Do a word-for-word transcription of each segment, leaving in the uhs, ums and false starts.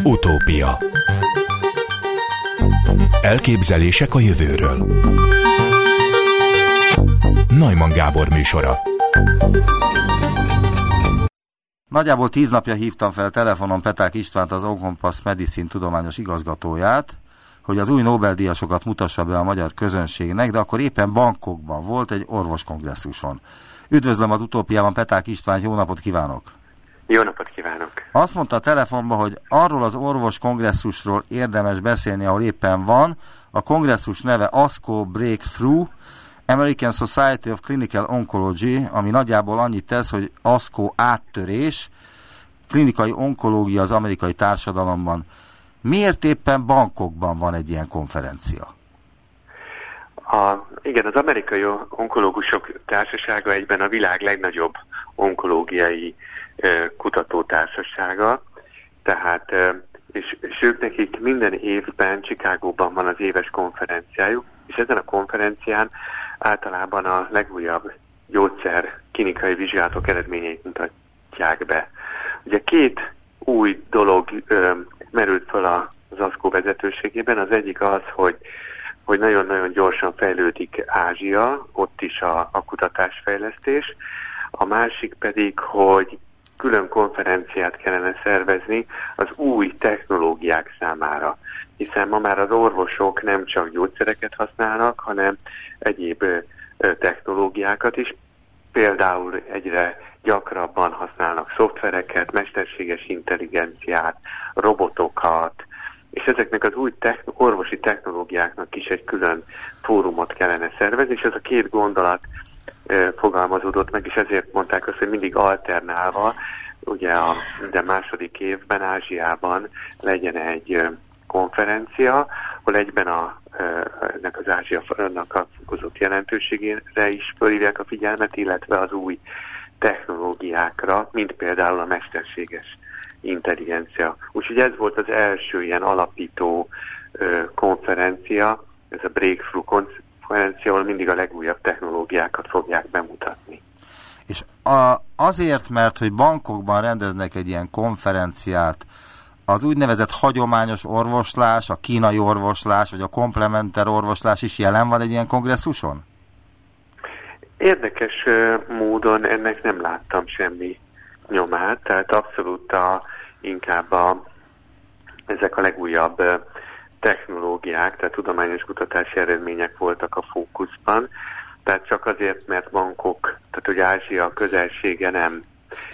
Utópia. Elképzelések a jövőről. Neumann Gábor műsora. Nagyjából tíz napja hívtam fel telefonon Peták Istvánt, az Oncompass Medicine tudományos igazgatóját, hogy az új Nobel-díjasokat mutassa be a magyar közönségnek, de akkor éppen Bangkokban volt egy orvoskongresszuson. Üdvözlöm az Utópiában, Peták István, jó napot kívánok! Jó napot kívánok! Azt mondta a telefonban, hogy arról az orvos kongresszusról érdemes beszélni, ahol éppen van. A kongresszus neve ASCO Breakthrough, American Society of Clinical Oncology, ami nagyjából annyit tesz, hogy ASCO áttörés, klinikai onkológia az amerikai társadalomban. Miért éppen Bangkokban van egy ilyen konferencia? A, igen, az Amerikai Onkológusok Társasága egyben a világ legnagyobb onkológiai e, kutatótársasága, tehát e, és, és ők nekik minden évben Chicagóban van az éves konferenciájuk, és ezen a konferencián általában a legújabb gyógyszer klinikai vizsgálatok eredményeit mutatják be. Ugye két új dolog ö, merült fel az ASCO vezetőségében. Az egyik az, hogy, hogy nagyon-nagyon gyorsan fejlődik Ázsia, ott is a, a kutatásfejlesztés. A másik pedig, hogy külön konferenciát kellene szervezni az új technológiák számára, hiszen ma már az orvosok nem csak gyógyszereket használnak, hanem egyéb ö, technológiákat is. Például egyre gyakrabban használnak szoftvereket, mesterséges intelligenciát, robotokat, és ezeknek az új techn- orvosi technológiáknak is egy külön fórumot kellene szervezni, és ez a két gondolat ö, fogalmazódott meg, és ezért mondták azt, hogy mindig alternálva, ugye a minden második évben Ázsiában legyen egy ö, konferencia, ahol egyben a, ennek az Ázsiának a fokozott jelentőségére is fölhívják a figyelmet, illetve az új technológiákra, mint például a mesterséges intelligencia. Úgyhogy ez volt az első ilyen alapító konferencia, ez a Breakthrough konferencia, ahol mindig a legújabb technológiákat fogják bemutatni. És a, azért, mert hogy Bangkokban rendeznek egy ilyen konferenciát, az úgynevezett hagyományos orvoslás, a kínai orvoslás, vagy a komplementer orvoslás is jelen van egy ilyen kongresszuson? Érdekes módon ennek nem láttam semmi nyomát, tehát abszolút a, inkább a, ezek a legújabb technológiák, tehát tudományos kutatási eredmények voltak a fókuszban, tehát csak azért, mert Bangkok, tehát hogy Ázsia közelsége nem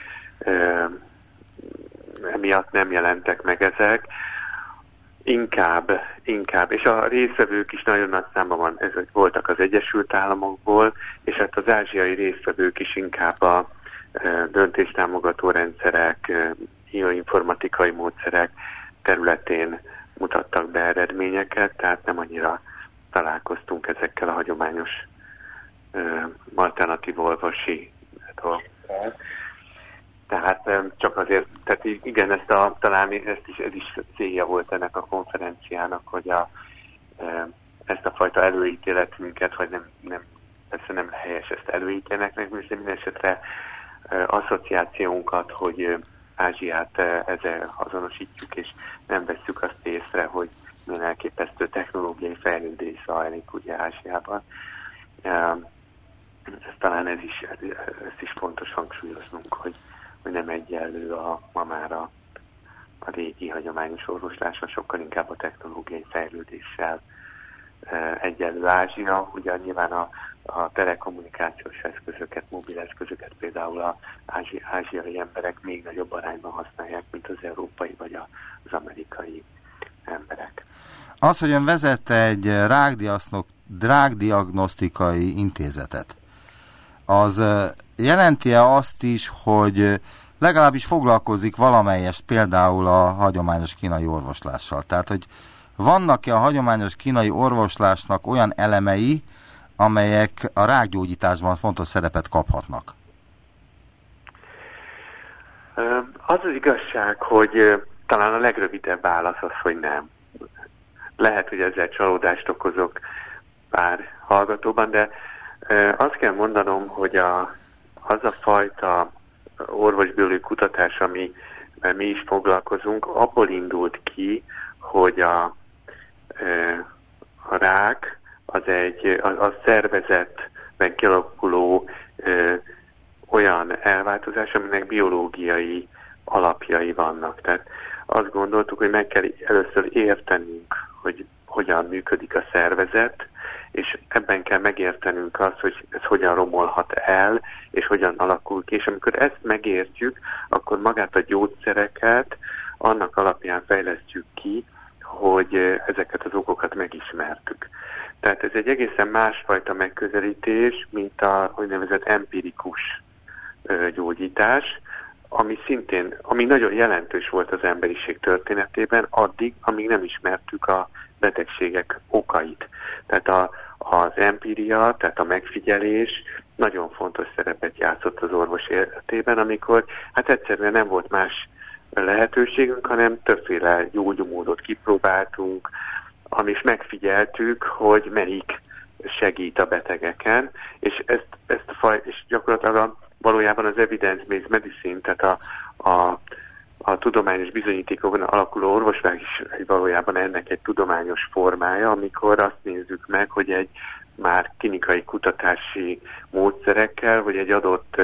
emiatt nem jelentek meg ezek, inkább, inkább, és a résztvevők is nagyon nagy számban van, ezek voltak az Egyesült Államokból, és hát az ázsiai résztvevők is inkább a e, döntéstámogató rendszerek, e, bioinformatikai módszerek területén mutattak be eredményeket, tehát nem annyira találkoztunk ezekkel a hagyományos e, alternatív orvosi dolgokkal. Tehát csak azért, tehát igen, ezt a, talán ezt is, ez is célja volt ennek a konferenciának, hogy a, ezt a fajta előítéletünket, vagy nem, nem, persze nem helyes ezt előítélnek, de minden esetre asszociációnkat, hogy Ázsiát ezzel azonosítjuk, és nem vesszük azt észre, hogy milyen elképesztő technológiai fejlődés zajlik ugye Ázsiában. Ez, talán ez is, ezt is fontos hangsúlyoznunk, hogy hogy nem egyenlő a, ma már a, a régi hagyományos orvoslással, sokkal inkább a technológiai fejlődéssel e, egyenlő Ázsia. Ugye nyilván a, a telekommunikációs eszközöket, mobil eszközöket például az ázsi, ázsiai emberek még nagyobb arányban használják, mint az európai vagy a, az amerikai emberek. Az, hogy ön vezette egy rákdiagnosztikai intézetet, az jelenti-e azt is, hogy legalábbis foglalkozik valamelyest például a hagyományos kínai orvoslással? Tehát, hogy vannak-e a hagyományos kínai orvoslásnak olyan elemei, amelyek a rákgyógyításban fontos szerepet kaphatnak? Az az igazság, hogy talán a legrövidebb válasz az, hogy nem. Lehet, hogy ezzel csalódást okozok pár hallgatóban, de azt kell mondanom, hogy a, az a fajta orvosbiológiai kutatás, ami mi is foglalkozunk, abból indult ki, hogy a, a rák az egy a, a szervezetben kialakuló olyan elváltozás, aminek biológiai alapjai vannak. Tehát azt gondoltuk, hogy meg kell először értenünk, hogy hogyan működik a szervezet, és ebben kell megértenünk azt, hogy ez hogyan romolhat el, és hogyan alakul ki. És amikor ezt megértjük, akkor magát a gyógyszereket annak alapján fejlesztjük ki, hogy ezeket az okokat megismertük. Tehát ez egy egészen másfajta megközelítés, mint a úgynevezett empirikus gyógyítás, ami szintén, ami nagyon jelentős volt az emberiség történetében addig, amíg nem ismertük a betegségek okait. Tehát a, az empíria, tehát a megfigyelés nagyon fontos szerepet játszott az orvos életében, amikor hát egyszerűen nem volt más lehetőségünk, hanem többféle gyógymódot kipróbáltunk, amit megfigyeltük, hogy melyik segít a betegeken, és ezt, ezt a faj, és gyakorlatilag valójában az evidence-based medicine, tehát a, a, a tudományos bizonyítékokon alakuló orvoslás is valójában ennek egy tudományos formája, amikor azt nézzük meg, hogy egy már klinikai kutatási módszerekkel, hogy egy adott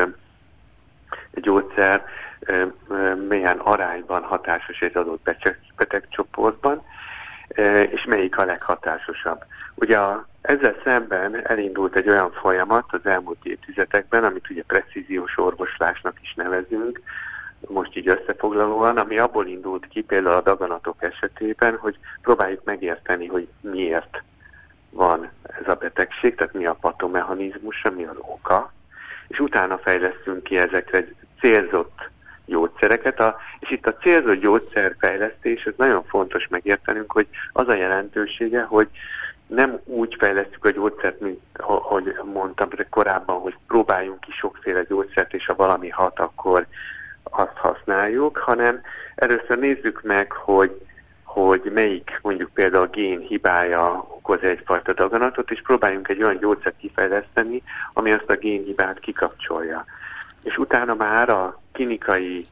egy gyógyszer milyen arányban hatásos egy adott betegcsoportban, és melyik a leghatásosabb. Ugye a, ezzel szemben elindult egy olyan folyamat az elmúlt évtizedekben, amit ugye precíziós orvoslásnak is nevezünk, most így összefoglalóan, ami abból indult ki például a daganatok esetében, hogy próbáljuk megérteni, hogy miért van ez a betegség, tehát mi a patomechanizmusa, mi az oka, és utána fejlesztünk ki ezekre egy célzott gyógyszereket, a, és itt a célzott gyógyszerfejlesztés, ez nagyon fontos megértenünk, hogy az a jelentősége, hogy nem úgy fejlesztjük a gyógyszert, mint ahogy mondtam korábban, hogy próbáljunk ki sokféle gyógyszert, és ha valami hat, akkor azt használjuk, hanem először nézzük meg, hogy, hogy melyik mondjuk például a gén hibája okoz egyfajta daganatot, és próbáljunk egy olyan gyógyszert kifejleszteni, ami azt a génhibát kikapcsolja. És utána már a klinikai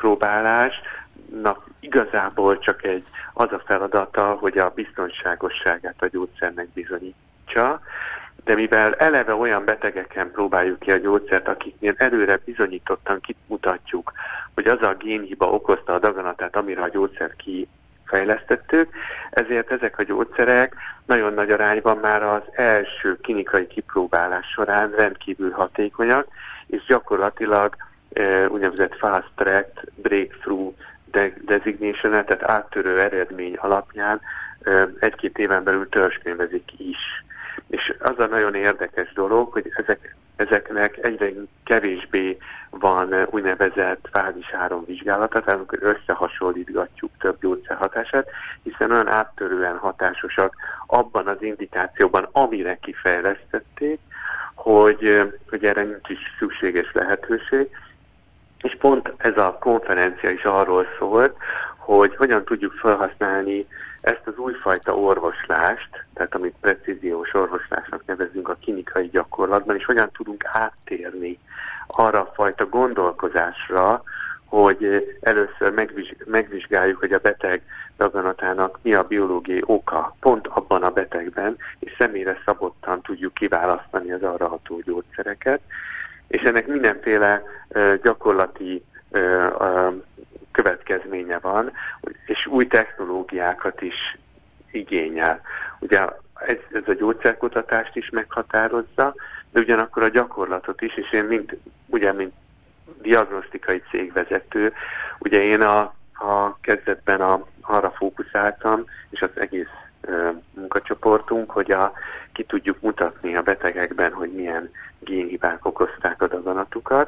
kipróbálásnak igazából csak egy az a feladata, hogy a biztonságosságát a gyógyszernek bizonyítsa, de mivel eleve olyan betegeken próbáljuk ki a gyógyszert, akiknél előre bizonyítottan kimutatjuk, hogy az a génhiba okozta a daganatát, amire a gyógyszer kifejlesztettük, ezért ezek a gyógyszerek nagyon nagy arányban már az első klinikai kipróbálás során rendkívül hatékonyak, és gyakorlatilag e, úgynevezett fast track, breakthrough designation, tehát áttörő eredmény alapján e, egy-két éven belül törzskönyvezik is. És az a nagyon érdekes dolog, hogy ezek, ezeknek egyre kevésbé van úgynevezett fázis három vizsgálata, tehát amikor összehasonlítgatjuk több gyógyszer hatását, hiszen olyan áttörően hatásosak abban az indikációban, amire kifejlesztették, hogy, hogy erre nincs is szükséges lehetőség. És pont ez a konferencia is arról szólt, hogy hogyan tudjuk felhasználni ezt az újfajta orvoslást, tehát amit precíziós orvoslásnak nevezünk a klinikai gyakorlatban, és hogyan tudunk áttérni arra a fajta gondolkozásra, hogy először megvizs- megvizsgáljuk, hogy a beteg daganatának mi a biológiai oka pont abban a betegben, és személyre szabottan tudjuk kiválasztani az arra ható gyógyszereket, és ennek mindenféle uh, gyakorlati uh, uh, következménye van, és új technológiákat is igényel. Ugye ez, ez a gyógyszerkutatást is meghatározza, de ugyanakkor a gyakorlatot is, és én mint, ugye, mint diagnosztikai cégvezető, ugye én a, a kezdetben a, arra fókuszáltam, és az egész ö, munkacsoportunk, hogy a, ki tudjuk mutatni a betegekben, hogy milyen génhibák okozták a daganatukat.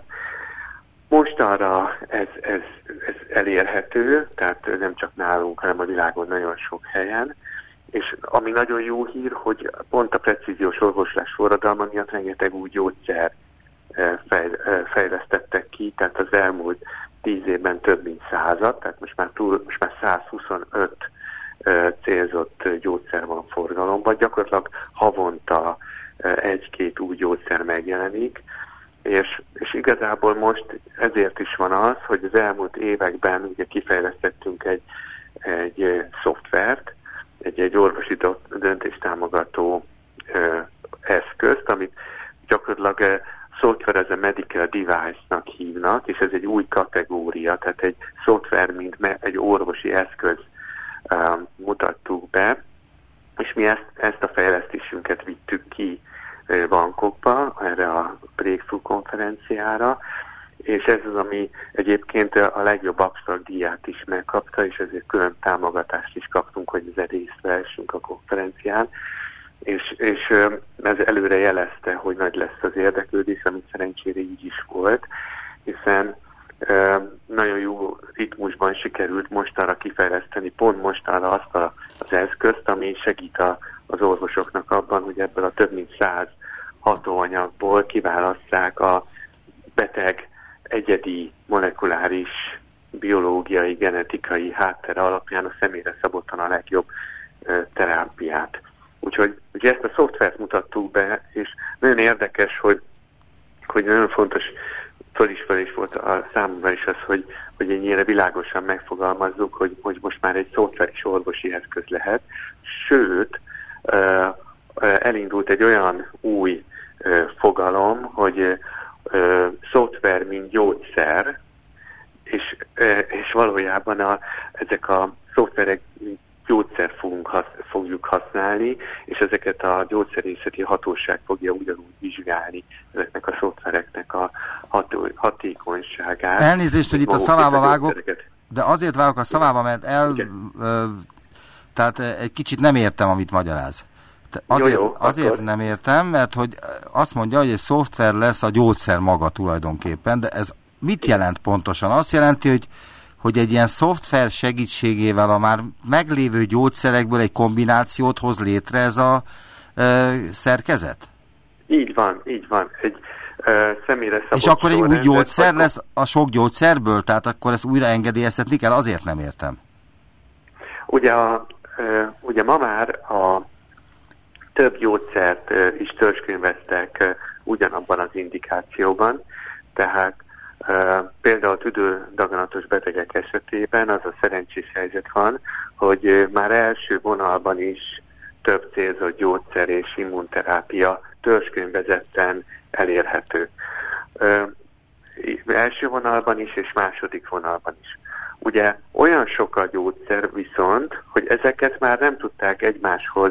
Most arra ez, ez, ez elérhető, tehát nem csak nálunk, hanem a világon nagyon sok helyen, és ami nagyon jó hír, hogy pont a precíziós orvoslás forradalma miatt rengeteg új gyógyszer fejlesztettek ki, tehát az elmúlt tíz évben több mint százat, tehát most már, túl, most már százhuszonöt célzott gyógyszer van forgalomban, gyakorlatilag havonta egy-két új gyógyszer megjelenik, És, és igazából most ezért is van az, hogy az elmúlt években ugye kifejlesztettünk egy, egy szoftvert, egy, egy orvosi döntéstámogató ö, eszközt, amit gyakorlatilag ö, software as a medical device-nak hívnak, és ez egy új kategória, tehát egy szoftver, mint me, egy orvosi eszköz ö, mutattuk be, és mi ezt, ezt a fejlesztésünket vittük ki bankokba, erre a Breakthrough konferenciára, és ez az, ami egyébként a legjobb absztrakt díját is megkapta, és ezért külön támogatást is kaptunk, hogy ezzel részt vehessünk a konferencián, és, és ez előre jelezte, hogy nagy lesz az érdeklődés, amit szerencsére így is volt, hiszen nagyon jó ritmusban sikerült mostanra kifejleszteni, pont mostanra azt a, az eszközt, ami segít a, az orvosoknak abban, hogy ebből a több mint száz hatóanyagból kiválasszák a beteg egyedi molekuláris, biológiai, genetikai háttere alapján a személyre szabottan a legjobb ö, terápiát. Úgyhogy ugye ezt a szoftvert mutattuk be, és nagyon érdekes, hogy, hogy nagyon fontos fölismerés volt a számomra is az, hogy, hogy ennyire világosan megfogalmazzuk, hogy, hogy most már egy szoftver is orvosi eszköz lehet. Sőt, ö, ö, elindult egy olyan új ö, fogalom, hogy ö, szoftver, mint gyógyszer, és, ö, és valójában a, ezek a szoftverek gyógyszer fogunk hasz, fogjuk használni, és ezeket a gyógyszerészeti hatóság fogja ugyanúgy vizsgálni ezeknek a szoftvereknek a ható, hatékonyságát. Elnézést, hogy itt a szavába vágok, de azért vágok a szavába, mert el, ö, tehát egy kicsit nem értem, amit magyaráz. Azért, jó, jó, azért akkor nem értem, mert hogy azt mondja, hogy egy szoftver lesz a gyógyszer maga tulajdonképpen, de ez mit jelent pontosan? Azt jelenti, hogy hogy egy ilyen szoftver segítségével a már meglévő gyógyszerekből egy kombinációt hoz létre ez a ö, szerkezet? Így van, így van. Egy ö, személyre szabott. És akkor egy új gyógyszer lesz a sok gyógyszerből? Tehát akkor ezt újra engedélyeztetni kell? Azért nem értem. Ugye, a, ö, ugye ma már a több gyógyszert ö, is törzskönyveztek ö, ugyanabban az indikációban, tehát Uh, például tüdődaganatos betegek esetében az a szerencsés helyzet van, hogy uh, már első vonalban is több célzott gyógyszer és immunterápia törzskönyvezetten elérhető. Uh, első vonalban is és második vonalban is. Ugye olyan sok a gyógyszer viszont, hogy ezeket már nem tudták egymáshoz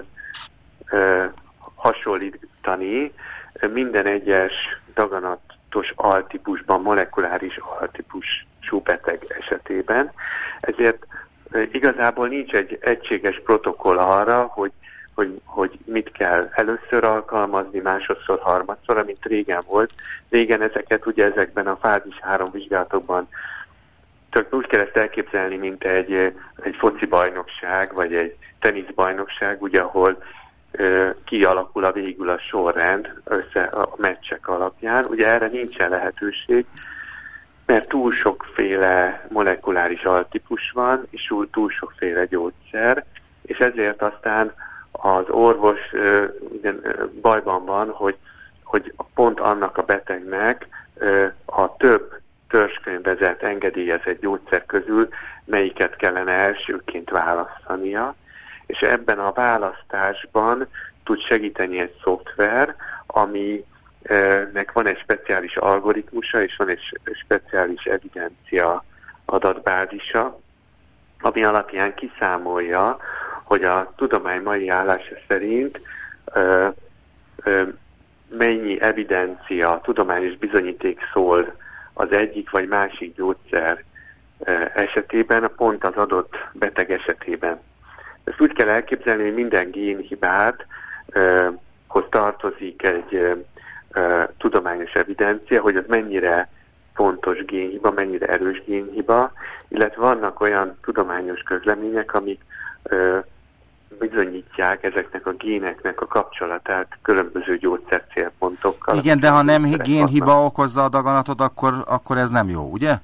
uh, hasonlítani minden egyes daganat altípusban, molekuláris altípusú beteg esetében. Ezért e, igazából nincs egy egységes protokoll arra, hogy, hogy, hogy mit kell először alkalmazni, másodszor, harmadszor, amint régen volt. Régen ezeket ugye ezekben a fázis három vizsgálatokban tök úgy kell ezt elképzelni, mint egy, egy foci bajnokság, vagy egy teniszbajnokság, ugye, ahol kialakul a végül a sorrend össze a meccsek alapján. Ugye erre nincsen lehetőség, mert túl sokféle molekuláris altípus van, és túl sokféle gyógyszer, és ezért aztán az orvos igen, bajban van, hogy, hogy pont annak a betegnek a több törzskönyvezett, engedélyezett gyógyszer közül melyiket kellene elsőként választania, és ebben a választásban tud segíteni egy szoftver, aminek van egy speciális algoritmusa, és van egy speciális evidencia adatbázisa, ami alapján kiszámolja, hogy a tudomány mai állása szerint ö, ö, mennyi evidencia, tudományos bizonyíték szól az egyik vagy másik gyógyszer ö, esetében, pont az adott beteg esetében. Ezt úgy kell elképzelni, hogy minden génhibát uh, hoz tartozik egy uh, uh, tudományos evidencia, hogy az mennyire fontos génhiba, mennyire erős génhiba, illetve vannak olyan tudományos közlemények, amik uh, bizonyítják ezeknek a géneknek a kapcsolatát különböző gyógyszer célpontokkal. Igen, de ha nem génhiba okozza a daganatot, akkor, akkor ez nem jó, ugye?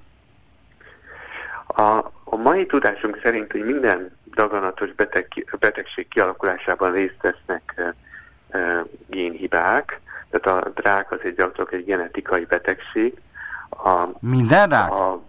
A, a mai tudásunk szerint, hogy minden daganatos beteg, betegség kialakulásában részt vesznek e, e, génhibák, Tehát a rák az egy gyakorlatilag egy genetikai betegség. A, minden rák? A,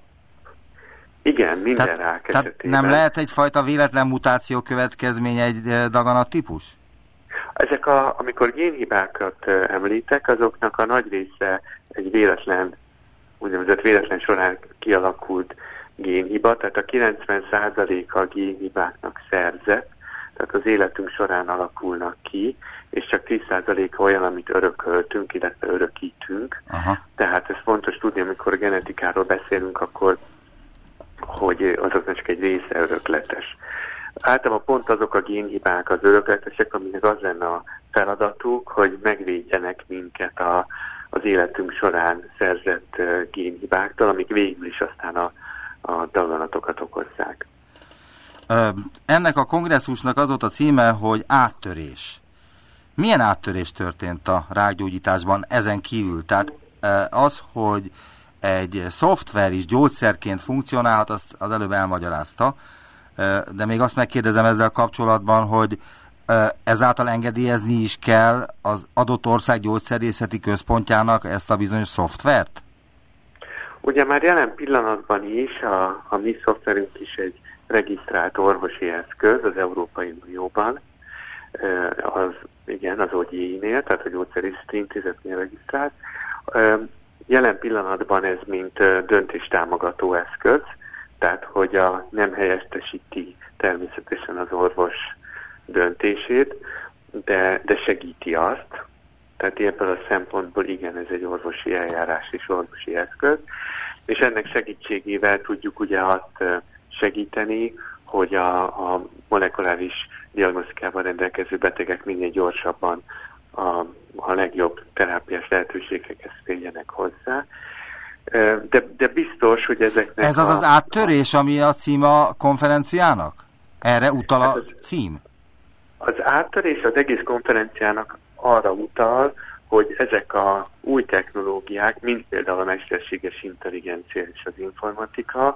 igen, minden tehát, rák tehát esetében. nem lehet egyfajta véletlen mutáció következménye egy daganat típus? Ezek, a, amikor génhibákat említek, azoknak a nagy része egy véletlen, úgynevezett véletlen során kialakult génhiba, tehát a kilencven százaléka a génhibáknak szerzett, tehát az életünk során alakulnak ki, és csak tíz százaléka olyan, amit örököltünk, illetve örökítünk. Aha. Tehát ez fontos tudni, amikor genetikáról beszélünk, akkor hogy azoknak csak egy része örökletes. Általában pont azok a génhibák az örökletesek, aminek az lenne a feladatuk, hogy megvédjenek minket a, az életünk során szerzett uh, génhibáktól, amik végül is aztán a, a daganatokat okozzák. Ö, ennek a kongresszusnak az volt a címe, hogy áttörés. Milyen áttörés történt a rákgyógyításban ezen kívül? Tehát az, hogy egy szoftver is gyógyszerként funkcionálhat, azt az előbb elmagyarázta, de még azt megkérdezem ezzel kapcsolatban, hogy ezáltal engedélyezni is kell az adott ország gyógyszerészeti központjának ezt a bizonyos szoftvert? Ugye már jelen pillanatban is a, a mi szoftverünk is egy regisztrált orvosi eszköz az Európai Unióban, az, igen, az o gé i-nél, tehát a Gyógyszerészeti Intézetnél regisztrált. Jelen pillanatban ez mint döntéstámogató eszköz, tehát hogy a nem helyettesíti természetesen az orvos döntését, de, de segíti azt. Tehát ebből a szempontból igen, ez egy orvosi eljárás és orvosi eszköz, és ennek segítségével tudjuk ugye azt segíteni, hogy a, a molekuláris diagnosztikával rendelkező betegek minél gyorsabban a, a legjobb terápiás lehetőségekhez férjenek hozzá. De, de biztos, hogy ezeknek... Ez az a, az áttörés, ami a cím a konferenciának? Erre utal a cím? Az áttörés az egész konferenciának arra utal, hogy ezek a új technológiák, mint például a mesterséges intelligencia és az informatika,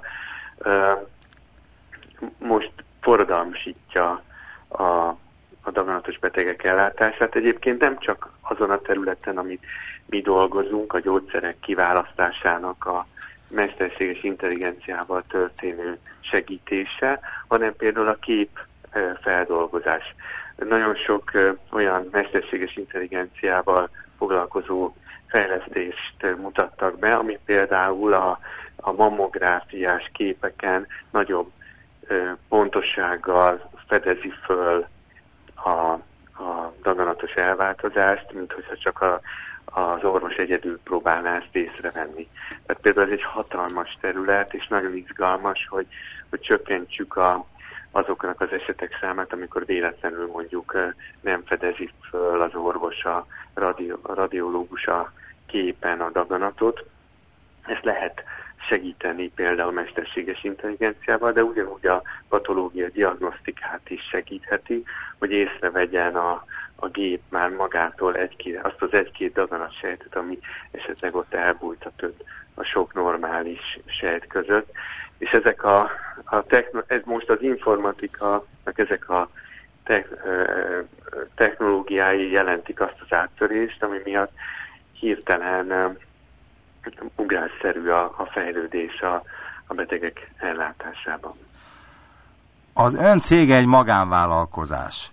most forradalmasítja a, a daganatos betegek ellátását. Egyébként nem csak azon a területen, amit mi dolgozunk, a gyógyszerek kiválasztásának a mesterséges intelligenciával történő segítése, hanem például a kép feldolgozás. Nagyon sok olyan mesterséges intelligenciával foglalkozó fejlesztést mutattak be, ami például a, a mammográfiás képeken nagyobb pontossággal fedezi föl a, a daganatos elváltozást, mint hogyha csak a, az orvos egyedül próbálná ezt észrevenni. Tehát például ez egy hatalmas terület, és nagyon izgalmas, hogy, hogy csökkentsük a, azoknak az esetek számát, amikor véletlenül mondjuk nem fedezi föl az orvos, a, radi, a radiológus a képen a daganatot. Ezt lehet segíteni például mesterséges intelligenciával, de ugyanúgy a patológia diagnosztikát is segítheti, hogy észrevegyen a, a gép már magától egy-két, azt az egy-két daganatsejtet, ami esetleg ott elbújtatott a sok normális sejt között. És ezek a, a techno, ez most az informatika, ezek a te, technológiái jelentik azt az áttörést, ami miatt hirtelen ugrásszerű a, a fejlődés a, a betegek ellátásában. Az ön cége egy magánvállalkozás,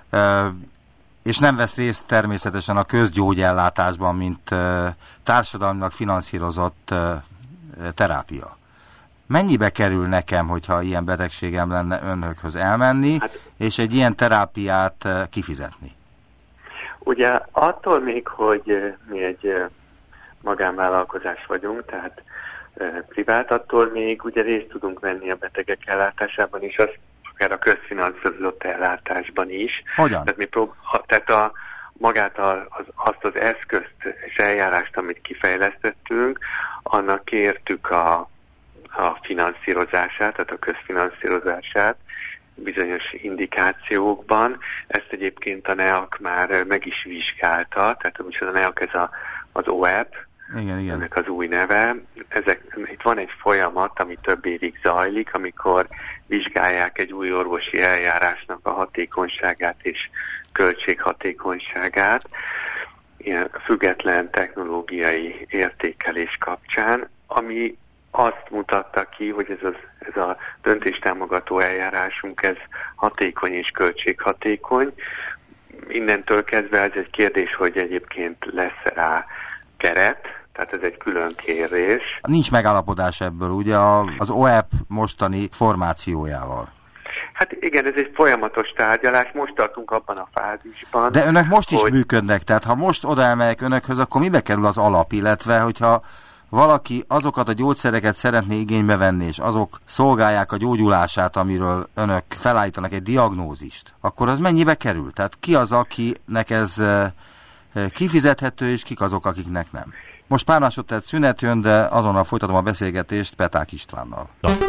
és nem vesz részt természetesen a közgyógyellátásban, mint társadalmilag finanszírozott terápia. Mennyibe kerül nekem, hogyha ilyen betegségem lenne önhökhöz elmenni, hát, és egy ilyen terápiát kifizetni? Ugye attól még, hogy mi egy magánvállalkozás vagyunk, tehát e, privát, attól még ugye részt tudunk venni a betegek ellátásában is, az, akár a közfinanszírozott ellátásban is. Hogyan? Tehát, mi prób- ha, tehát a, magát a, az, azt az eszközt és eljárást, amit kifejlesztettünk, annak kértük a, a finanszírozását, tehát a közfinanszírozását bizonyos indikációkban. Ezt egyébként a NEAK már meg is vizsgálta, tehát a NEAK ez a, az o e pé, Igen, igen. ennek az új neve. Ezek, itt van egy folyamat, ami több évig zajlik, amikor vizsgálják egy új orvosi eljárásnak a hatékonyságát és költséghatékonyságát, ilyen független technológiai értékelés kapcsán, ami azt mutatta ki, hogy ez, az, ez a döntéstámogató eljárásunk, ez hatékony és költséghatékony. Innentől kezdve ez egy kérdés, hogy egyébként lesz rá keret, tehát ez egy külön kérés. Nincs megállapodás ebből, ugye az o e pé mostani formációjával. Hát igen, ez egy folyamatos tárgyalás, most tartunk abban a fázisban. De önök most is hogy... működnek, tehát ha most odaemeljek önökhöz, akkor mibe kerül az alap, illetve hogyha valaki azokat a gyógyszereket szeretné igénybe venni, és azok szolgálják a gyógyulását, amiről önök felállítanak egy diagnózist, akkor az mennyibe kerül? Tehát ki az, akinek ez kifizethető, és kik azok, akiknek nem? Most pár másodperc szünet jön, de azonnal folytatom a beszélgetést Peták Istvánnal.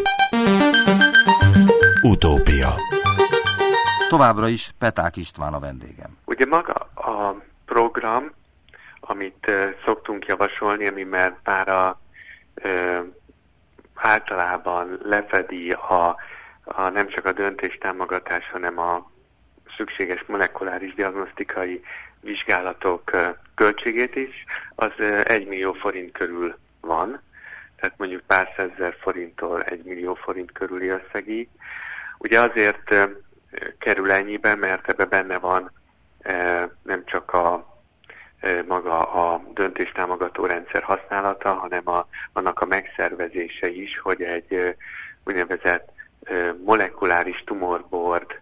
Utópia. Továbbra is Peták István a vendégem. Ugye maga a program, amit uh, szoktunk javasolni, ami már, már a, uh, általában lefedi a, a nem csak a döntéstámogatás, hanem a szükséges molekuláris diagnosztikai vizsgálatok uh, költségét is, az uh, egy millió forint körül van, tehát mondjuk pár százezer forinttól egy millió forint körüli összegig. Ugye azért uh, kerül ennyibe, mert ebbe benne van uh, nem csak a maga a döntéstámogató rendszer használata, hanem a, annak a megszervezése is, hogy egy úgynevezett molekuláris tumorboard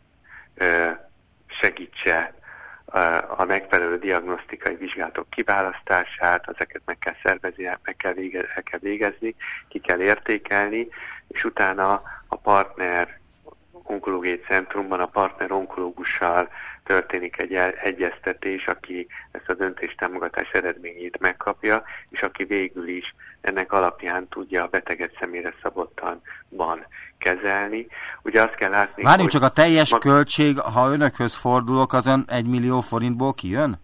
segítse a megfelelő diagnosztikai vizsgálatok kiválasztását, ezeket meg kell szervezni, meg kell, vége, el kell végezni, ki kell értékelni, és utána a partner onkológiai centrumban a partner onkológussal történik egy egyeztetés, aki ezt a döntéstámogatás eredményét megkapja, és aki végül is ennek alapján tudja a beteget személyre szabottan kezelni. Ugye azt kell látni, Várjunk csak, a teljes mag... költség, ha önökhöz fordulok, az ön egy millió forintból kijön?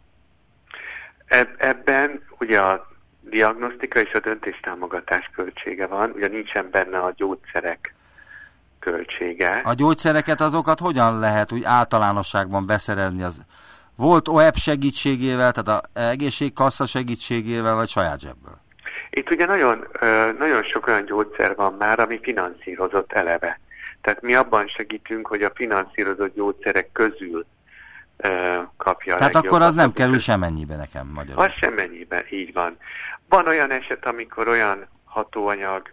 Eb- ebben ugye a diagnosztika és a döntéstámogatás költsége van, ugye nincsen benne a gyógyszerek költsége. A gyógyszereket azokat hogyan lehet úgy általánosságban beszerezni? Az volt o e pé segítségével, tehát az egészségkassa segítségével, vagy saját zsebből? Itt ugye nagyon, nagyon sok olyan gyógyszer van már, ami finanszírozott eleve. Tehát mi abban segítünk, hogy a finanszírozott gyógyszerek közül kapja a Tehát akkor az nem kerül köz... semennyibe nekem magyarul. Az semennyibe, így van. Van olyan eset, amikor olyan hatóanyag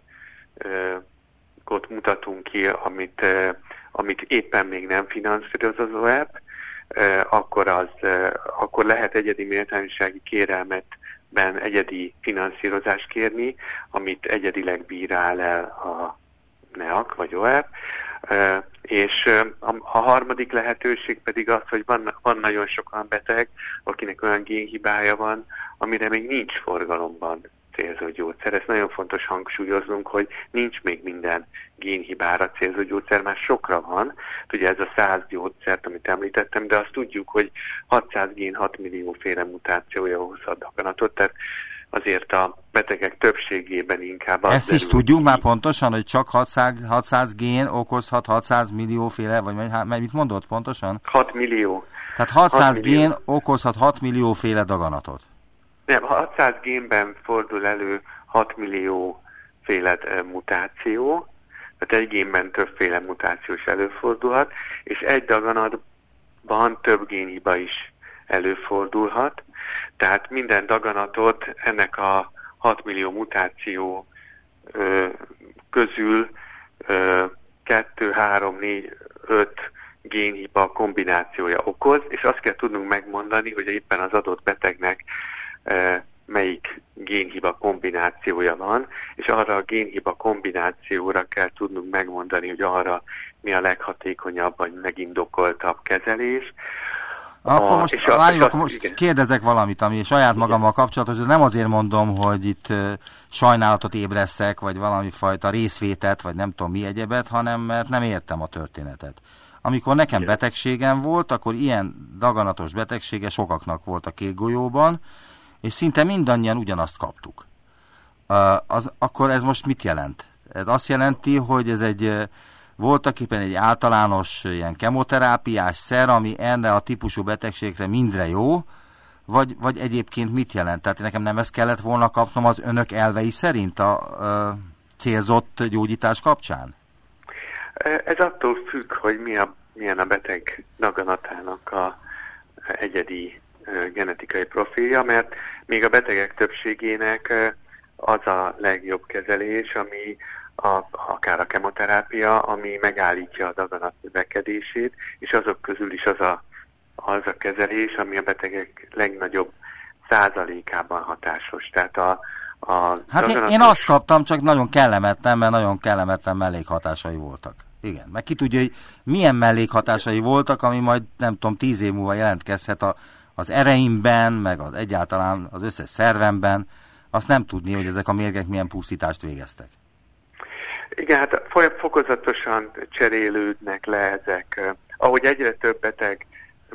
ott mutatunk ki, amit, amit éppen még nem finanszíroz az o e pé, akkor, az, akkor lehet egyedi méltányossági kérelmetben egyedi finanszírozást kérni, amit egyedileg bírál el a en e á ká vagy o e pé. És a, a harmadik lehetőség pedig az, hogy van, van nagyon sokan beteg, akinek olyan génhibája van, amire még nincs forgalomban célzó gyógyszer. Ez nagyon fontos hangsúlyoznunk, hogy nincs még minden génhibára célzó gyógyszer, már sokra van. Ugye ez a száz gyógyszert, amit említettem, de azt tudjuk, hogy hatszáz gén hat millió féle mutációja hozhat daganatot, tehát azért a betegek többségében inkább az Ezt is derül, tudjuk már pontosan, hogy csak hatszáz, hatszáz gén okozhat hatszáz millió féle, vagy mit mondott pontosan? hat millió. Tehát hatszáz hat millió. gén okozhat hat millió féle daganatot. Nem, hatszáz génben fordul elő hat millió féle mutáció, tehát egy génben többféle mutáció is előfordulhat, és egy daganatban több génhiba is előfordulhat, tehát minden daganatot ennek a hat millió mutáció ö, közül ö, kettő, három, négy, öt génhiba kombinációja okoz, és azt kell tudnunk megmondani, hogy éppen az adott betegnek melyik génhiba kombinációja van, és arra a génhiba kombinációra kell tudnunk megmondani, hogy arra mi a leghatékonyabb, vagy megindokoltabb kezelés. Akkor a, most, és a, várjuk, és akkor most kérdezek valamit, ami saját magammal kapcsolatos, de nem azért mondom, hogy itt uh, sajnálatot ébreszek, vagy valami fajta részvétet, vagy nem tudom mi egyebet, hanem mert nem értem a történetet. Amikor nekem betegségem volt, akkor ilyen daganatos betegsége sokaknak volt a Kékgolyóban, és szinte mindannyian ugyanazt kaptuk. Uh, az, akkor ez most mit jelent? Ez azt jelenti, hogy ez egy voltaképpen egy általános ilyen kemoterápiás szer, ami erre a típusú betegségre mindre jó, vagy, vagy egyébként mit jelent? Tehát nekem nem ezt kellett volna kapnom az önök elvei szerint a, a célzott gyógyítás kapcsán? Ez attól függ, hogy mi a, milyen a beteg daganatának a egyedi genetikai profilja, mert még a betegek többségének az a legjobb kezelés, ami a, akár a kemoterápia, ami megállítja a daganat növekedését, és azok közül is az a, az a kezelés, ami a betegek legnagyobb százalékában hatásos. Tehát a, a hát én, én azt kaptam, csak nagyon kellemetlen, mert nagyon kellemetlen mellékhatásai voltak. Igen, meg ki tudja, hogy milyen mellékhatásai voltak, ami majd nem tudom, tíz év múlva jelentkezhet a, az ereimben, meg az egyáltalán az összes szervemben. Azt nem tudni, hogy ezek a mérgek milyen pusztítást végeztek. Igen, hát fokozatosan cserélődnek le ezek. Ahogy egyre több beteg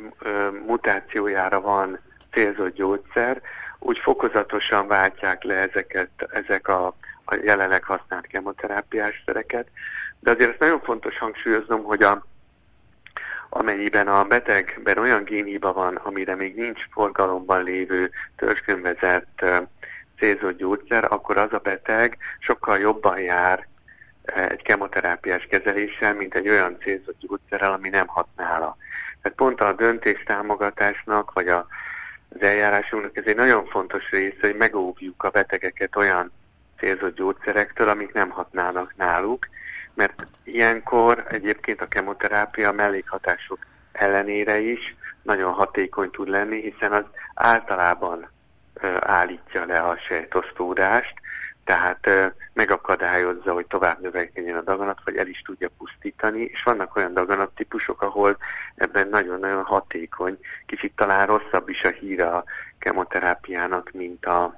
mutációjára van célzott gyógyszer, úgy fokozatosan váltják le ezeket, ezek a, a jelenleg használt kemoterápiás szereket. De azért ezt nagyon fontos hangsúlyoznom, hogy a, amennyiben a betegben olyan génhiba van, amire még nincs forgalomban lévő törzskönvezett uh, célzott gyógyszer, akkor az a beteg sokkal jobban jár uh, egy kemoterápiás kezeléssel, mint egy olyan célzott gyógyszerrel, ami nem hat nála. Tehát pont a döntéstámogatásnak, vagy a, az eljárásunknak ez egy nagyon fontos része, hogy megóvjuk a betegeket olyan célzott gyógyszerektől, amik nem hatnának náluk, mert ilyenkor egyébként a kemoterápia mellékhatások ellenére is nagyon hatékony tud lenni, hiszen az általában ö, állítja le a sejtosztódást, tehát ö, megakadályozza, hogy tovább növekedjen a daganat, vagy el is tudja pusztítani, és vannak olyan daganattípusok, ahol ebben nagyon-nagyon hatékony, kicsit talán rosszabb is a híre a kemoterápiának, mint a,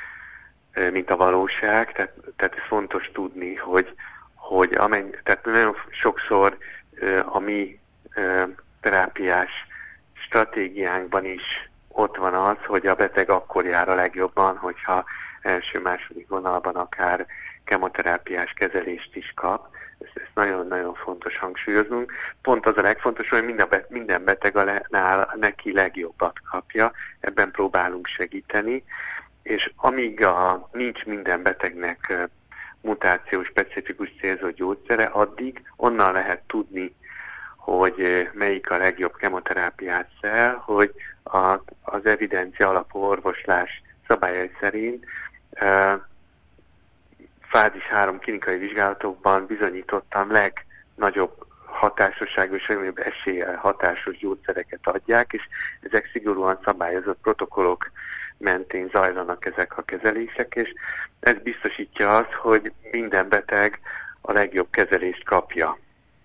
ö, mint a valóság, tehát, tehát ez fontos tudni, hogy hogy amennyi, tehát nagyon sokszor uh, a mi uh, terápiás stratégiánkban is ott van az, hogy a beteg akkor jár a legjobban, hogyha első-második vonalban akár kemoterápiás kezelést is kap. Ezt, ezt nagyon-nagyon fontos hangsúlyoznunk. Pont az a legfontos, hogy minden, be, minden beteg a le, nál, neki legjobbat kapja, ebben próbálunk segíteni, és amíg a, nincs minden betegnek uh, mutációs specifikus célzott gyógyszere, addig onnan lehet tudni, hogy melyik a legjobb kemoterápiát szel, hogy a, az evidencia alapú orvoslás szabályai szerint uh, fázis három klinikai vizsgálatokban bizonyítottan legnagyobb hatásosságú és legnagyobb eséllyel hatásos gyógyszereket adják, és ezek szigorúan szabályozott protokollok mentén zajlanak ezek a kezelések, és ez biztosítja azt, hogy minden beteg a legjobb kezelést kapja.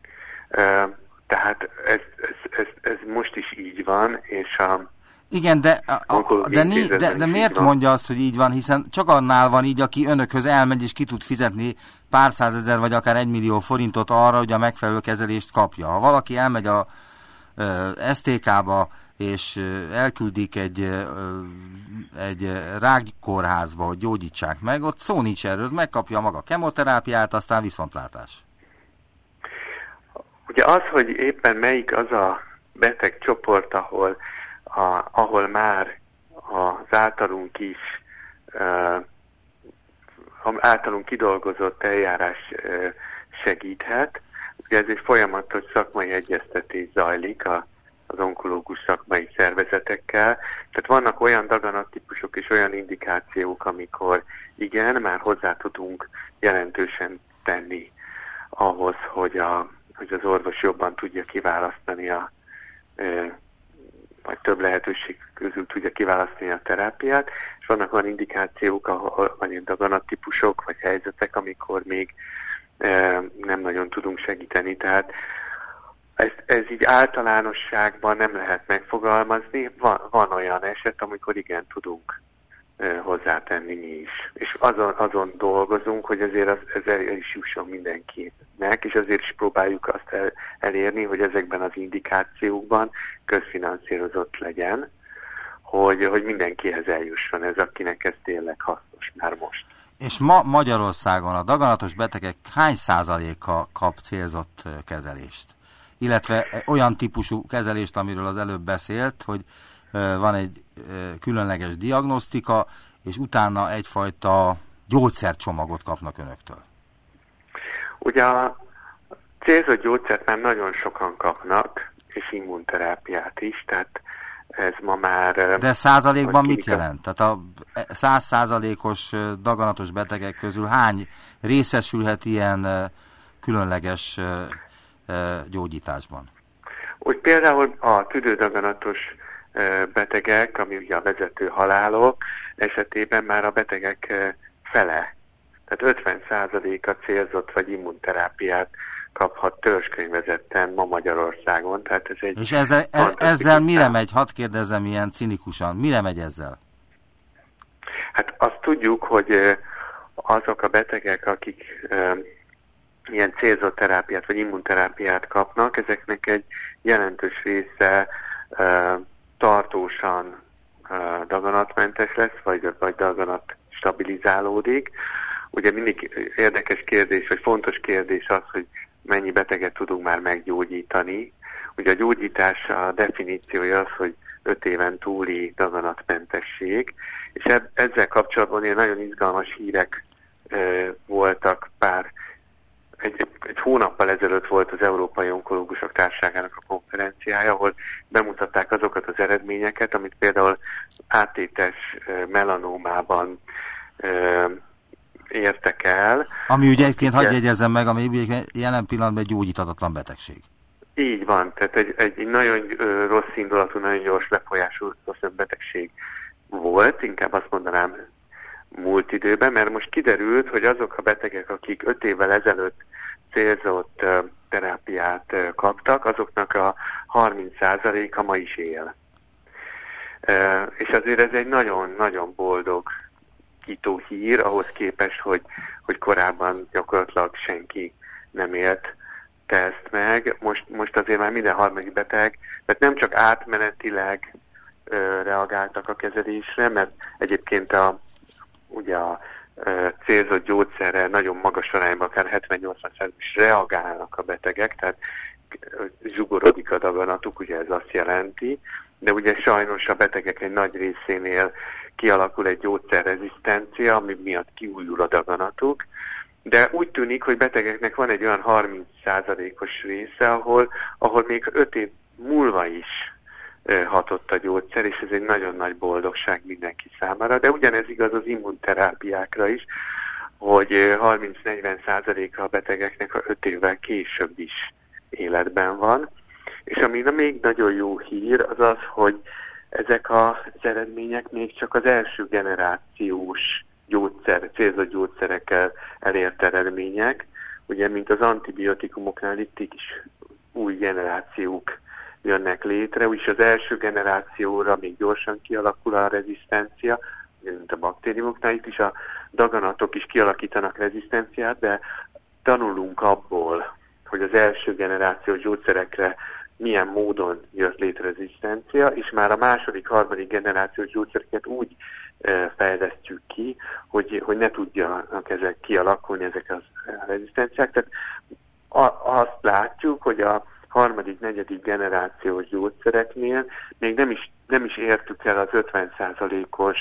Tehát ez, ez, ez, ez most is így van, és a igen, de, a, a, de, né, de, de miért mondja azt, hogy így van, hiszen csak annál van így, aki önökhöz elmegy és ki tud fizetni pár százezer vagy akár egymillió forintot arra, hogy a megfelelő kezelést kapja. Ha valaki elmegy a es té ká-ba és elküldik egy, egy rákkórházba, hogy gyógyítsák meg, ott szó nincs erről, megkapja maga kemoterápiát, aztán viszontlátás. Ugye az, hogy éppen melyik az a betegcsoport, ahol, a, ahol már az általunk is uh, általunk kidolgozott eljárás uh, segíthet, ugye ez egy folyamatos szakmai egyeztetés zajlik a az onkológus szakmai szervezetekkel. Tehát vannak olyan daganattípusok és olyan indikációk, amikor igen, már hozzá tudunk jelentősen tenni ahhoz, hogy, a, hogy az orvos jobban tudja kiválasztani a, vagy több lehetőség közül tudja kiválasztani a terápiát, és vannak olyan indikációk, ahol van ilyen daganattípusok vagy helyzetek, amikor még nem nagyon tudunk segíteni. Tehát Ez, ez így általánosságban nem lehet megfogalmazni. Van, van olyan eset, amikor igen tudunk e, hozzátenni mi is. És azon, azon dolgozunk, hogy azért az, ez el is jusson mindenkinek, és azért is próbáljuk azt el, elérni, hogy ezekben az indikációkban közfinanszírozott legyen, hogy, hogy mindenkihez eljusson ez, akinek ez tényleg hasznos már most. És ma Magyarországon a daganatos betegek hány százaléka kap célzott kezelést? Illetve olyan típusú kezelést, amiről az előbb beszélt, hogy van egy különleges diagnosztika, és utána egyfajta gyógyszercsomagot kapnak önöktől. Ugye a célzott gyógyszert már nagyon sokan kapnak, és immunterápiát is, tehát ez ma már... De százalékban mit jelent? Tehát a száz százalékos daganatos betegek közül hány részesülhet ilyen különleges gyógyításban? Úgy például a tüdődaganatos betegek, ami ugye a vezető halálok esetében már a betegek fele, tehát ötven százaléka célzott vagy immunterápiát kaphat törzskönyvezetten ma Magyarországon. Tehát ez egy és ezzel, ezzel mire megy? Hadd kérdezzem ilyen cinikusan. Mire megy ezzel? Hát azt tudjuk, hogy azok a betegek, akik ilyen célzott terápiát vagy immunterápiát kapnak, ezeknek egy jelentős része tartósan daganatmentes lesz, vagy, vagy daganat stabilizálódik. Ugye mindig érdekes kérdés, vagy fontos kérdés az, hogy mennyi beteget tudunk már meggyógyítani. Ugye a gyógyítás a definíciója az, hogy öt éven túli daganatmentesség, és eb- ezzel kapcsolatban ilyen nagyon izgalmas hírek e, voltak pár. Egy, egy hónappal ezelőtt volt az Európai Onkológusok Társaságának a konferenciája, ahol bemutatták azokat az eredményeket, amit például áttétes e, melanómában e, értek el. Ami ugye egyébként, hagyj jegyezzem meg, ami jelen pillanatban egy gyógyíthatatlan betegség. Így van, tehát egy, egy nagyon ö, rossz indulatú, nagyon gyors lefolyású rossz betegség volt, inkább azt mondanám múlt időben, mert most kiderült, hogy azok a betegek, akik öt évvel ezelőtt célzott ö, terápiát ö, kaptak, azoknak a harminc százaléka ma is él. Ö, és azért ez egy nagyon-nagyon boldog kitó hír, ahhoz képest, hogy, hogy korábban gyakorlatilag senki nem élt ezt meg. Most, most azért már minden harmadik beteg, tehát nem csak átmenetileg ö, reagáltak a kezelésre, mert egyébként a, ugye a ö, célzott gyógyszerre nagyon magas arányban, akár hetven-nyolcvan százalékban is reagálnak a betegek, tehát zsugorodik a daganatuk, ugye ez azt jelenti, de ugye sajnos a betegek egy nagy részénél kialakul egy gyógyszerrezisztencia, ami miatt kiújul a daganatuk, de úgy tűnik, hogy betegeknek van egy olyan harminc százalékos része, ahol, ahol még öt év múlva is e, hatott a gyógyszer, és ez egy nagyon nagy boldogság mindenki számára, de ugyanez igaz az immunterápiákra is, hogy harminc-negyven százaléka a betegeknek a öt évvel később is életben van, és ami még nagyon jó hír, az az, hogy ezek az eredmények még csak az első generációs gyógyszer, célzott gyógyszerekkel elért eredmények. Ugye, mint az antibiotikumoknál itt is új generációk jönnek létre, úgyis az első generációra még gyorsan kialakul a rezisztencia, mint a baktériumoknál, itt is a daganatok is kialakítanak rezisztenciát, de tanulunk abból, hogy az első generációs gyógyszerekre milyen módon jött létre rezisztencia, és már a második, harmadik generációs gyógyszereket úgy e, fejlesztjük ki, hogy, hogy ne tudjanak ezek kialakulni, ezek a rezisztenciák. Tehát a, azt látjuk, hogy a harmadik, negyedik generációs gyógyszereknél még nem is, nem is értük el az ötven százalékos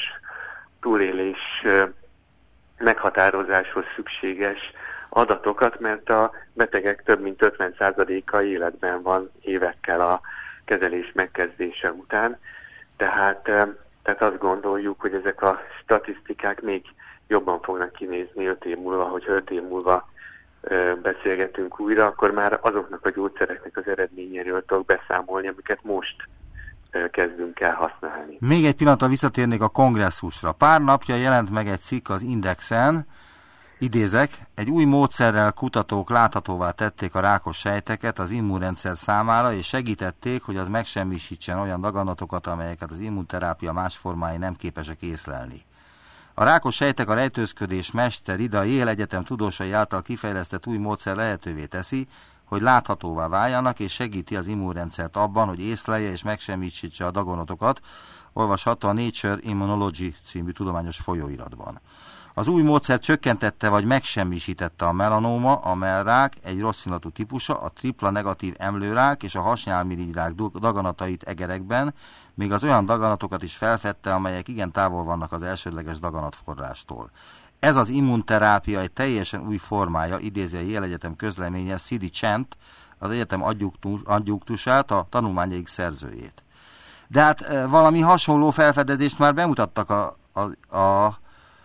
túlélés e, meghatározáshoz szükséges adatokat, mert a betegek több mint ötven százaléka életben van évekkel a kezelés megkezdése után. Tehát, tehát azt gondoljuk, hogy ezek a statisztikák még jobban fognak kinézni öt év múlva, hogyha öt év múlva beszélgetünk újra, akkor már azoknak a gyógyszereknek az eredményéről tudok beszámolni, amiket most kezdünk el használni. Még egy pillanatra visszatérnék a kongresszusra. Pár napja jelent meg egy cikk az Indexen, idézek, egy új módszerrel kutatók láthatóvá tették a rákos sejteket az immunrendszer számára, és segítették, hogy az megsemmisítsen olyan daganatokat, amelyeket az immunterápia más formái nem képesek észlelni. A rákos sejtek a rejtőzködés mester Ida Yale Egyetem tudósai által kifejlesztett új módszer lehetővé teszi, hogy láthatóvá váljanak, és segíti az immunrendszert abban, hogy észlelje és megsemmisítse a daganatokat, olvasható a Nature Immunology című tudományos folyóiratban. Az új módszer csökkentette vagy megsemmisítette a melanóma, a mellrák egy rosszinlatú típusa, a tripla negatív emlőrák és a hasnyálmirigyrák daganatait egerekben, még az olyan daganatokat is felfedte, amelyek igen távol vannak az elsődleges daganatforrástól. Ez az immunterápia egy teljesen új formája, idézi a Yale Egyetem közleménye Sidi Chant, az egyetem adjunktusát, a tanulmányaik szerzőjét. De hát valami hasonló felfedezést már bemutattak a, a, a,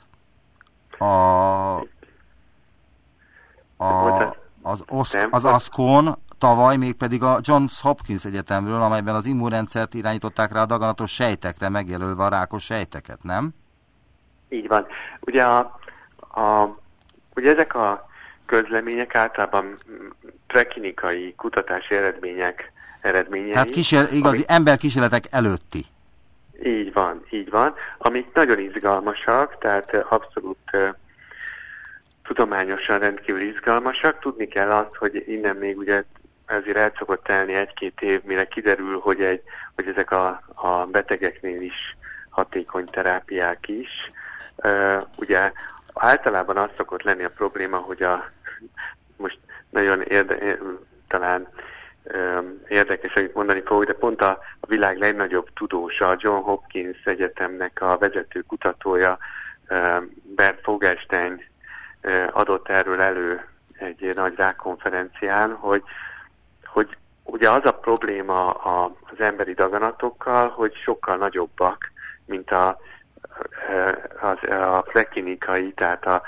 a, a, az, oszk, az aszkón tavaly, mégpedig a Johns Hopkins Egyetemről, amelyben az immunrendszert irányították rá a daganatos sejtekre, megjelölve a rákos sejteket, nem? Így van. Ugye, a, a, ugye ezek a közlemények általában preklinikai kutatási eredmények eredményei. Tehát kísér, igazi amik, emberkísérletek előtti. Így van, így van. Amik nagyon izgalmasak, tehát abszolút uh, tudományosan rendkívül izgalmasak. Tudni kell azt, hogy innen még ugye ezért el szokott telni egy-két év, mire kiderül, hogy, egy, hogy ezek a, a betegeknél is hatékony terápiák is. Uh, ugye általában az szokott lenni a probléma, hogy a most nagyon érde, talán um, érdekes, amit mondani fogok, de pont a, a világ legnagyobb tudósa, a John Hopkins Egyetemnek a vezető kutatója, um, Bert Fogelstein uh, adott erről elő egy nagy rákkonferencián, hogy, hogy ugye az a probléma a, az emberi daganatokkal, hogy sokkal nagyobbak, mint a Az, a preklinikai, tehát a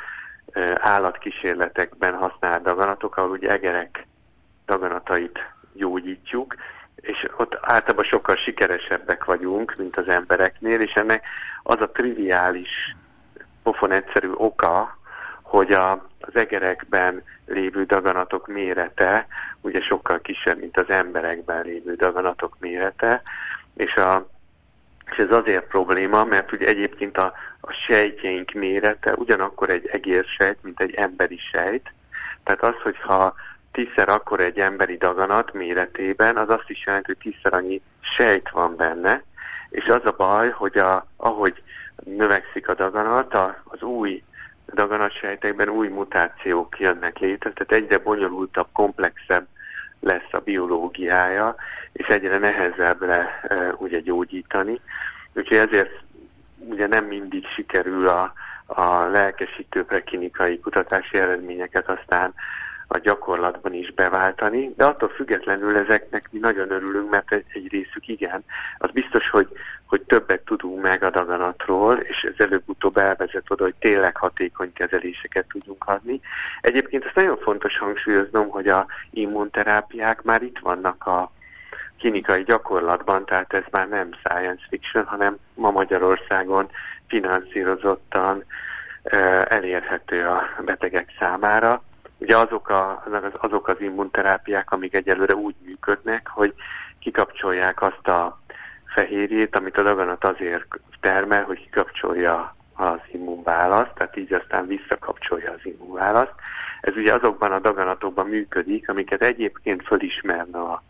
állatkísérletekben használt daganatok, ahol ugye egerek daganatait gyógyítjuk, és ott általában sokkal sikeresebbek vagyunk, mint az embereknél, és ennek az a triviális, pofon egyszerű oka, hogy a, az egerekben lévő daganatok mérete ugye sokkal kisebb, mint az emberekben lévő daganatok mérete, és a És ez azért probléma, mert ugye egyébként a, a sejtjeink mérete ugyanakkor egy egérsejt, mint egy emberi sejt. Tehát az, hogyha tízszer akkor egy emberi daganat méretében, az azt is jelenti, hogy tízszer annyi sejt van benne. És az a baj, hogy a, ahogy növekszik a daganat, a, az új daganatsejtekben új mutációk jönnek létre, tehát egyre bonyolultabb, komplexebb lesz a biológiája, és egyre nehezebb le e, ugye gyógyítani. Úgyhogy ezért ugye nem mindig sikerül a, a lelkesítő preklinikai kutatási eredményeket aztán a gyakorlatban is beváltani, de attól függetlenül ezeknek mi nagyon örülünk, mert egy, egy részük igen. Az biztos, hogy, hogy többet tudunk meg a daganatról, és ez előbb-utóbb elvezet oda, hogy tényleg hatékony kezeléseket tudjunk adni. Egyébként ezt nagyon fontos hangsúlyoznom, hogy a immunterápiák már itt vannak a klinikai gyakorlatban, tehát ez már nem science fiction, hanem ma Magyarországon finanszírozottan uh, elérhető a betegek számára. Ugye azok, a, azok az immunterápiák, amik egyelőre úgy működnek, hogy kikapcsolják azt a fehérjét, amit a daganat azért termel, hogy kikapcsolja az immunválaszt, tehát így aztán visszakapcsolja az immunválaszt. Ez ugye azokban a daganatokban működik, amiket egyébként fölismerne a,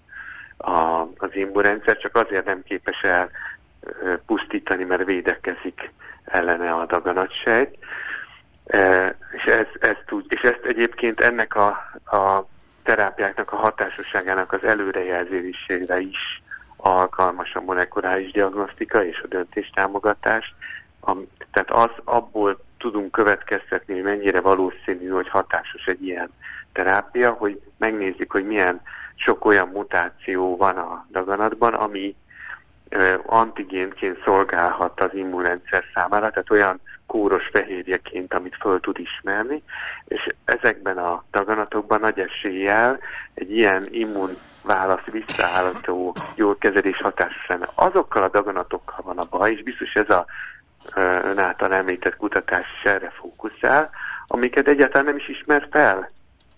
a, az immunrendszer, csak azért nem képes el pusztítani, mert védekezik ellene a daganatsejt. E, és, ez, ezt tud, és ezt egyébként ennek a, a terápiáknak a hatásosságának az előrejelzésére is alkalmas a molekuláris diagnosztika és a döntéstámogatás. A, tehát az, abból tudunk következtetni, hogy mennyire valószínű, hogy hatásos egy ilyen terápia, hogy megnézzük, hogy milyen sok olyan mutáció van a daganatban, ami ö, antigénként szolgálhat az immunrendszer számára, tehát olyan kóros fehérjeként, amit föl tud ismerni, és ezekben a daganatokban nagy eséllyel egy ilyen immunválasz visszaállító jól kezelés hatásos lenne. Azokkal a daganatokkal van a baj, és biztos ez a ön által említett kutatás is erre fókuszál, amiket egyáltalán nem is ismer fel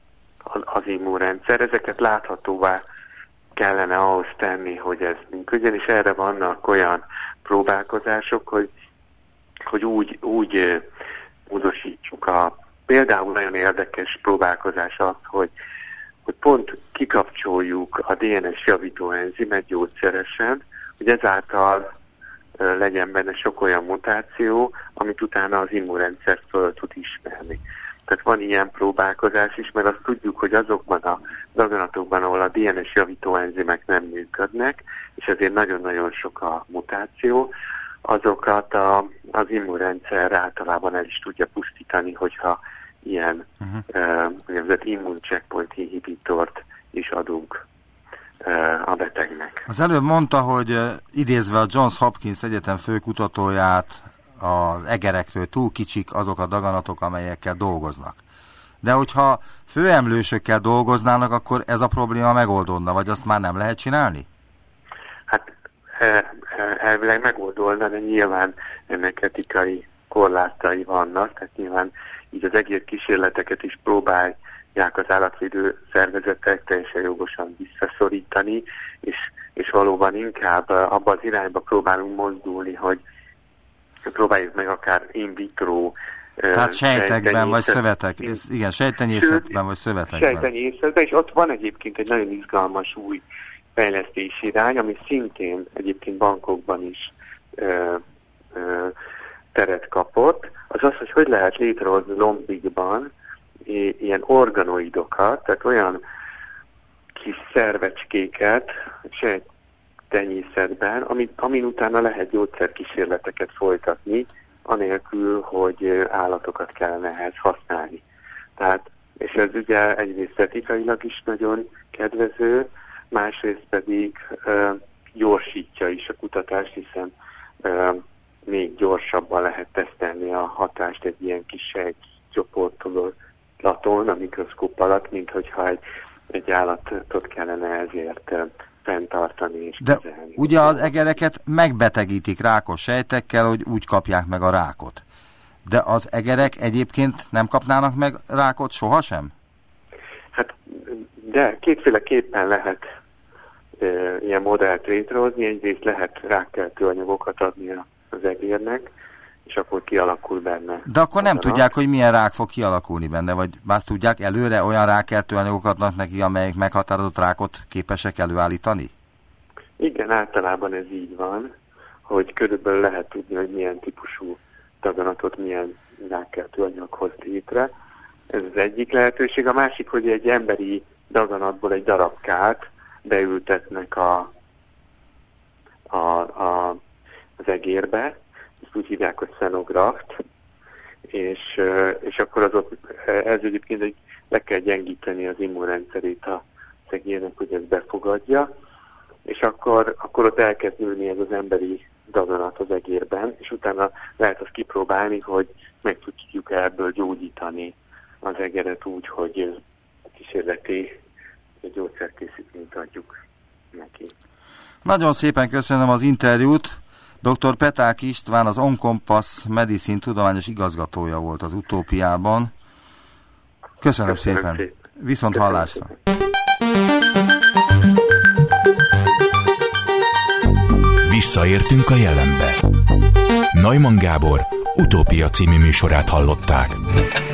az immunrendszer. Ezeket láthatóvá kellene ahhoz tenni, hogy ez működjön, és erre vannak olyan próbálkozások, hogy hogy úgy, úgy módosítsuk a... Például nagyon érdekes próbálkozás az, hogy, hogy pont kikapcsoljuk a dé en es javító enzimet gyógyszeresen, hogy ezáltal legyen benne sok olyan mutáció, amit utána az immunrendszer föl tud ismerni. Tehát van ilyen próbálkozás is, mert azt tudjuk, hogy azokban a daganatokban, ahol a dé en es javító enzimek nem működnek, és ezért nagyon-nagyon sok a mutáció, azokat a, az immunrendszer általában el is tudja pusztítani, hogyha ilyen uh-huh. uh, immun checkpoint inhibitort is adunk uh, a betegnek. Az előbb mondta, hogy uh, idézve a Johns Hopkins Egyetem főkutatóját, az egerekről túl kicsik azok a daganatok, amelyekkel dolgoznak. De hogyha főemlősökkel dolgoznának, akkor ez a probléma megoldódna, vagy azt már nem lehet csinálni? Hát elvileg megoldódna, de nyilván ennek etikai korlátai vannak, tehát nyilván így az egész kísérleteket is próbálják az állatvédő szervezetek teljesen jogosan visszaszorítani, és, és valóban inkább abban az irányba próbálunk mozdulni, hogy próbáljuk meg akár in vitro. Tehát sejtekben vagy szövetek, igen, sejtenyészetben vagy szövetekben. Sejtenyészetben, és ott van egyébként egy nagyon izgalmas új fejlesztési irány, ami szintén egyébként bankokban is ö, ö, teret kapott, az az, hogy hogy lehet létrehozni lombikban ilyen organoidokat, tehát olyan kis szervecskéket sejtenyészetben, amin, amin utána lehet gyógyszerkísérleteket folytatni, anélkül, hogy állatokat kellene ehhez használni. Tehát, és ez ugye egyrészt etikailag is nagyon kedvező, másrészt pedig uh, gyorsítja is a kutatást, hiszen uh, még gyorsabban lehet tesztelni a hatást egy ilyen kis sejtcsoportolaton a mikroszkóp alatt, mint hogyha egy, egy állatot kellene ezért uh, fenntartani és de kezelni. Ugye az egereket megbetegítik rákos sejtekkel, hogy úgy kapják meg a rákot. De az egerek egyébként nem kapnának meg rákot sohasem? Hát, de kétféleképpen lehet e, ilyen modellt létrehozni. Egyrészt lehet rákkeltő anyagokat adni az egérnek, és akkor kialakul benne. De akkor nem tudják, hogy milyen rák fog kialakulni benne, vagy azt tudják előre, olyan rákkeltő anyagokat adnak neki, amelyek meghatározott rákot képesek előállítani? Igen, általában ez így van, hogy körülbelül lehet tudni, hogy milyen típusú daganatot milyen rákkeltő anyag hoz létre. Ez az egyik lehetőség. A másik, hogy egy emberi daganatból egy darabkát beültetnek a, a, a, az egérbe, ezt úgy hívják, hogy szenograft, és, és akkor az ott, ez egyébként egy, le kell gyengíteni az immunrendszerét az egérnek, hogy ezt befogadja, és akkor, akkor ott elkezd nőni ez az emberi daganat az egérben, és utána lehet azt kipróbálni, hogy meg tudjuk ebből gyógyítani az egeret úgy, hogy kísérleti gyógyszerkészítményt adjuk neki. Nagyon szépen köszönöm az interjút. doktor Peták István, az Oncompass Medicine tudományos igazgatója volt az Utópiában. Köszönöm, köszönöm szépen. szépen. Viszont köszönöm hallásra. Szépen. Visszaértünk a jelenbe. Neumann Gábor Utópia című műsorát hallották.